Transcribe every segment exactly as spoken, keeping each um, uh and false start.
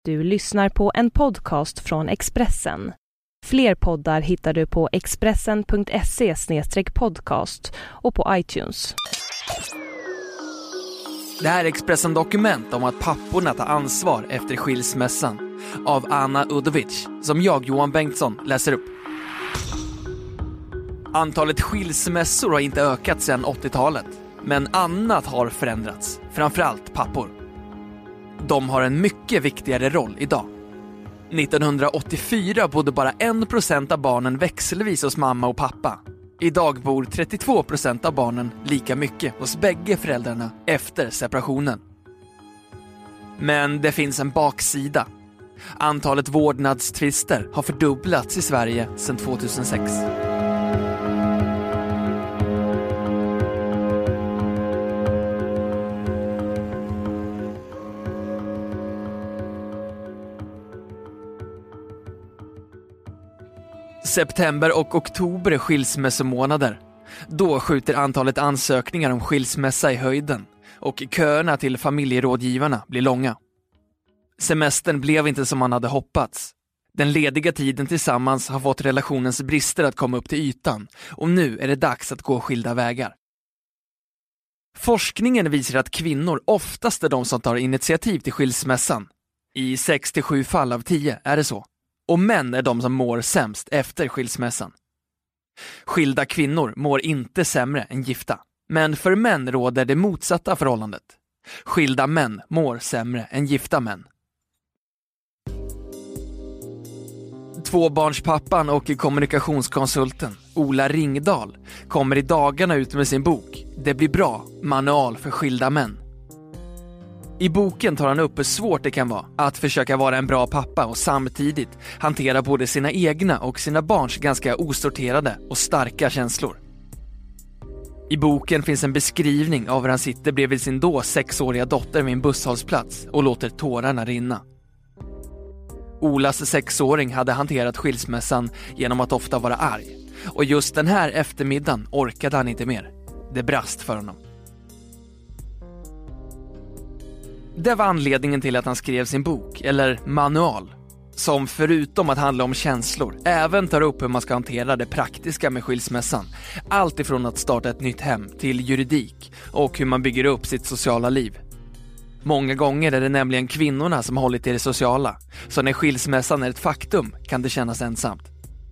Du lyssnar på en podcast från Expressen. Fler poddar hittar du på expressen punkt se slash podcast och på iTunes. Det här är Expressen Dokument om att papporna tar ansvar efter skilsmässan av Anna Udovic, som jag, Johan Bengtsson, läser upp. Antalet skilsmässor har inte ökat sedan åttiotalet, men annat har förändrats, framförallt pappor. De har en mycket viktigare roll idag. nittonhundraåttiofyra bodde bara en procent av barnen växelvis hos mamma och pappa. Idag bor trettiotvå procent av barnen lika mycket hos bägge föräldrarna efter separationen. Men det finns en baksida. Antalet vårdnadstvister har fördubblats i Sverige sedan tvåtusensex. September och oktober är skilsmässomånader. Då skjuter antalet ansökningar om skilsmässa i höjden och köerna till familjerådgivarna blir långa. Semestern blev inte som man hade hoppats. Den lediga tiden tillsammans har fått relationens brister att komma upp till ytan och nu är det dags att gå skilda vägar. Forskningen visar att kvinnor oftast är de som tar initiativ till skilsmässan. I sex till sju fall av tio är det så. Och män är de som mår sämst efter skilsmässan. Skilda kvinnor mår inte sämre än gifta. Men för män råder det motsatta förhållandet. Skilda män mår sämre än gifta män. Tvåbarnspappan och kommunikationskonsulten Ola Ringdahl kommer i dagarna ut med sin bok Det blir bra, manual för skilda män. I boken tar han upp hur svårt det kan vara att försöka vara en bra pappa och samtidigt hantera både sina egna och sina barns ganska osorterade och starka känslor. I boken finns en beskrivning av hur han sitter bredvid sin då sexåriga dotter vid en busshållplats och låter tårarna rinna. Olas sexåring hade hanterat skilsmässan genom att ofta vara arg. Och just den här eftermiddagen orkade han inte mer. Det brast för honom. Det var anledningen till att han skrev sin bok, eller manual, som förutom att handla om känslor även tar upp hur man ska hantera det praktiska med skilsmässan. Allt ifrån att starta ett nytt hem till juridik och hur man bygger upp sitt sociala liv. Många gånger är det nämligen kvinnorna som hållit i det sociala, så när skilsmässan är ett faktum kan det kännas ensamt.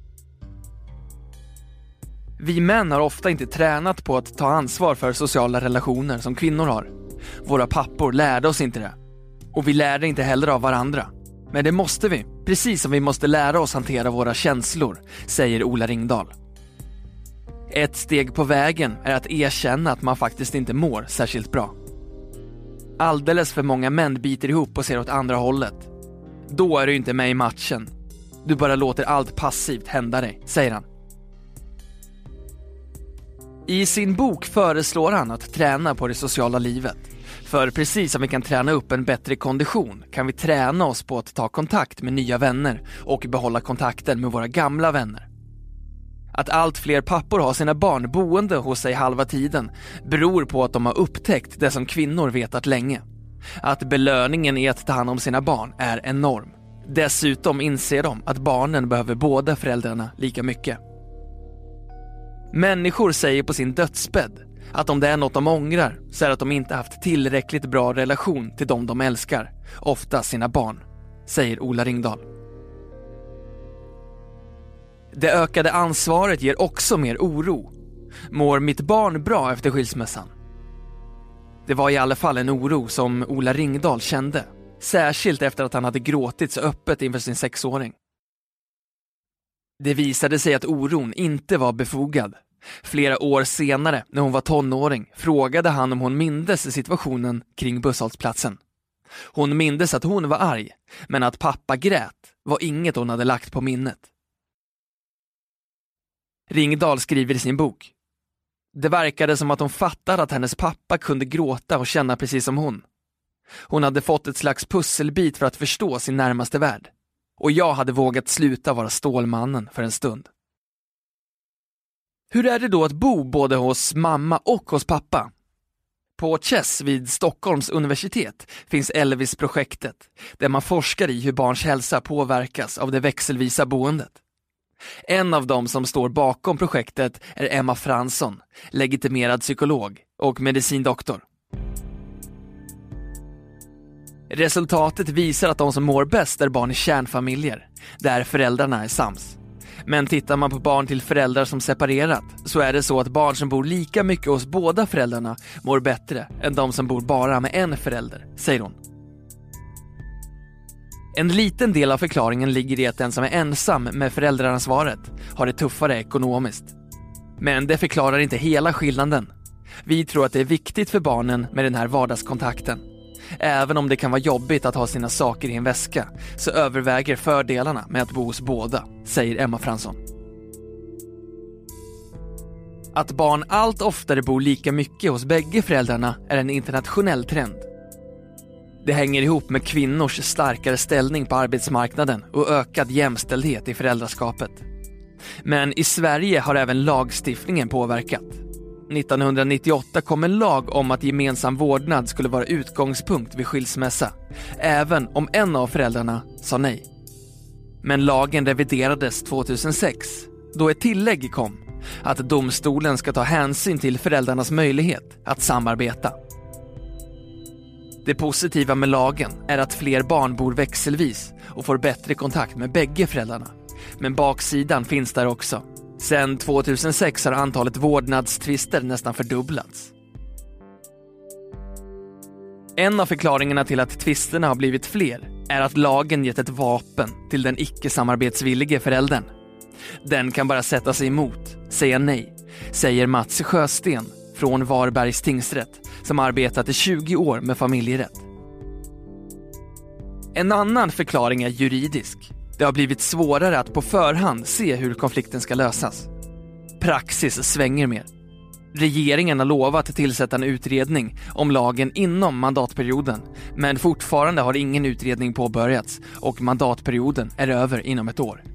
Vi män har ofta inte tränat på att ta ansvar för sociala relationer som kvinnor har. Våra pappor lärde oss inte det. Och vi lärde inte heller av varandra. Men det måste vi, precis som vi måste lära oss hantera våra känslor, säger Ola Ringdahl. Ett steg på vägen är att erkänna att man faktiskt inte mår särskilt bra. Alldeles för många män biter ihop och ser åt andra hållet. Då är du inte med i matchen. Du bara låter allt passivt hända dig, säger han. I sin bok föreslår han att träna på det sociala livet. För precis som vi kan träna upp en bättre kondition kan vi träna oss på att ta kontakt med nya vänner och behålla kontakten med våra gamla vänner. Att allt fler pappor har sina barn boende hos sig halva tiden beror på att de har upptäckt det som kvinnor vetat länge. Att belöningen i att ta hand om sina barn är enorm. Dessutom inser de att barnen behöver båda föräldrarna lika mycket. Människor säger på sin dödsbädd att om det är något de ångrar så är det att de inte haft tillräckligt bra relation till dem de älskar, ofta sina barn, säger Ola Ringdahl. Det ökade ansvaret ger också mer oro. Mår mitt barn bra efter skilsmässan? Det var i alla fall en oro som Ola Ringdahl kände, särskilt efter att han hade gråtit så öppet inför sin sexåring. Det visade sig att oron inte var befogad. Flera år senare, när hon var tonåring, frågade han om hon mindes situationen kring busshållplatsen. Hon mindes att hon var arg, men att pappa grät var inget hon hade lagt på minnet. Ringdahl skriver i sin bok: det verkade som att hon fattade att hennes pappa kunde gråta och känna precis som hon. Hon hade fått ett slags pusselbit för att förstå sin närmaste värld. Och jag hade vågat sluta vara Stålmannen för en stund. Hur är det då att bo både hos mamma och hos pappa? På Chess vid Stockholms universitet finns Elvis-projektet, där man forskar i hur barns hälsa påverkas av det växelvisa boendet. En av dem som står bakom projektet är Emma Fransson, legitimerad psykolog och medicindoktor. Resultatet visar att de som mår bäst är barn i kärnfamiljer, där föräldrarna är sams. Men tittar man på barn till föräldrar som separerat, så är det så att barn som bor lika mycket hos båda föräldrarna mår bättre än de som bor bara med en förälder, säger hon. En liten del av förklaringen ligger i att den som är ensam med föräldraransvaret har det tuffare ekonomiskt. Men det förklarar inte hela skillnaden. Vi tror att det är viktigt för barnen med den här vardagskontakten. Även om det kan vara jobbigt att ha sina saker i en väska, så överväger fördelarna med att bo hos båda, säger Emma Fransson. Att barn allt oftare bor lika mycket hos bägge föräldrarna är en internationell trend. Det hänger ihop med kvinnors starkare ställning på arbetsmarknaden och ökad jämställdhet i föräldraskapet. Men i Sverige har även lagstiftningen påverkat. nittonhundranittioåtta kom en lag om att gemensam vårdnad skulle vara utgångspunkt vid skilsmässa, även om en av föräldrarna sa nej. Men lagen reviderades tvåtusensex, då ett tillägg kom, att domstolen ska ta hänsyn till föräldrarnas möjlighet att samarbeta. Det positiva med lagen är att fler barn bor växelvis och får bättre kontakt med bägge föräldrarna. Men baksidan finns där också. Sedan tvåtusensex har antalet vårdnadstvister nästan fördubblats. En av förklaringarna till att tvisterna har blivit fler är att lagen gett ett vapen till den icke-samarbetsvillige föräldern. Den kan bara sätta sig emot, säga nej, säger Mats Sjösten från Varbergs tingsrätt som arbetat i tjugo år med familjerätt. En annan förklaring är juridisk. Det har blivit svårare att på förhand se hur konflikten ska lösas. Praxis svänger mer. Regeringen har lovat att tillsätta en utredning om lagen inom mandatperioden, men fortfarande har ingen utredning påbörjats och mandatperioden är över inom ett år.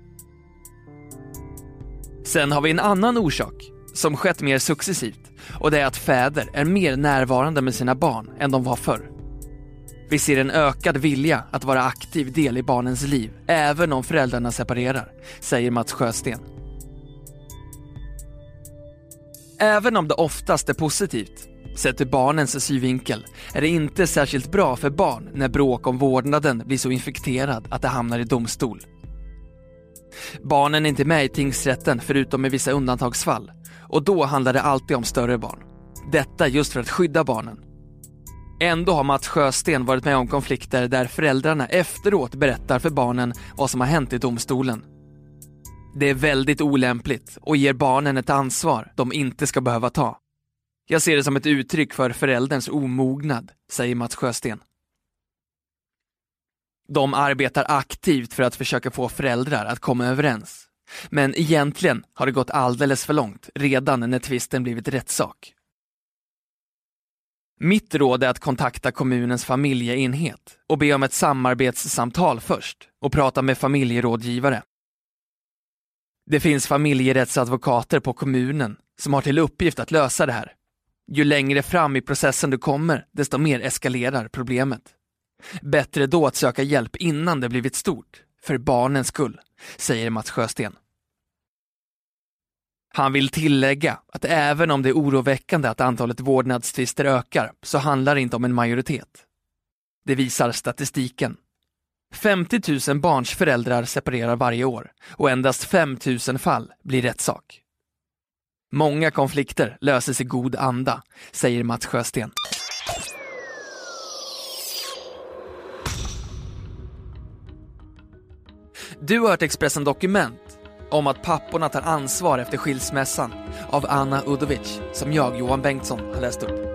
Sen har vi en annan orsak som skett mer successivt, och det är att fäder är mer närvarande med sina barn än de var förr. Vi ser en ökad vilja att vara aktiv del i barnens liv, även om föräldrarna separerar, säger Mats Sjösten. Även om det oftast är positivt, sett ur barnens synvinkel, är det inte särskilt bra för barn när bråk om vårdnaden blir så infekterad att det hamnar i domstol. Barnen är inte med i tingsrätten förutom i vissa undantagsfall, och då handlar det alltid om större barn. Detta just för att skydda barnen. Ändå har Mats Sjösten varit med om konflikter där föräldrarna efteråt berättar för barnen vad som har hänt i domstolen. Det är väldigt olämpligt och ger barnen ett ansvar de inte ska behöva ta. Jag ser det som ett uttryck för förälderns omognad, säger Mats Sjösten. De arbetar aktivt för att försöka få föräldrar att komma överens. Men egentligen har det gått alldeles för långt redan när tvisten blivit rättssak. Mitt råd är att kontakta kommunens familjeenhet och be om ett samarbetssamtal först och prata med familjerådgivare. Det finns familjerättsadvokater på kommunen som har till uppgift att lösa det här. Ju längre fram i processen du kommer, desto mer eskalerar problemet. Bättre då att söka hjälp innan det blivit stort, för barnens skull, säger Mats Sjösten. Han vill tillägga att även om det är oroväckande att antalet vårdnadstvister ökar, så handlar det inte om en majoritet. Det visar statistiken. femtio tusen barns föräldrar separerar varje år och endast fem tusen fall blir rättssak. Många konflikter löses i god anda, säger Mats Sjösten. Du har hört Expressen Dokument om att papporna tar ansvar efter skilsmässan av Anna Udovic, som jag, Johan Bengtsson, har läst upp.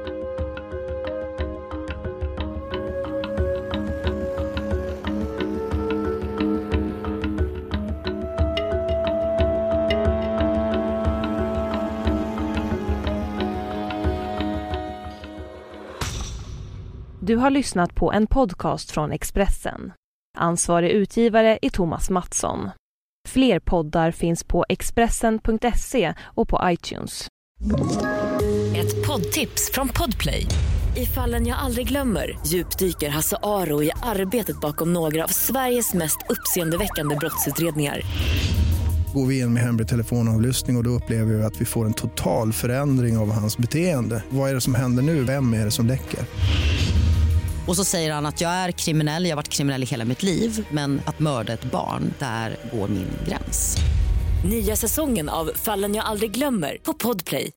Du har lyssnat på en podcast från Expressen. Ansvarig utgivare är Thomas Mattsson. Fler poddar finns på expressen punkt se och på iTunes. Ett poddtips från Podplay. I Fallen jag aldrig glömmer djupdyker Hasse Aro i arbetet bakom några av Sveriges mest uppseendeväckande brottsutredningar. Går vi in med hemlig telefonavlyssning och, och då upplever vi att vi får en total förändring av hans beteende. Vad är det som händer nu? Vem är det som läcker? Och så säger han att jag är kriminell, jag har varit kriminell i hela mitt liv. Men att mörda ett barn, där går min gräns. Nya säsongen av Fallen jag aldrig glömmer på Podplay.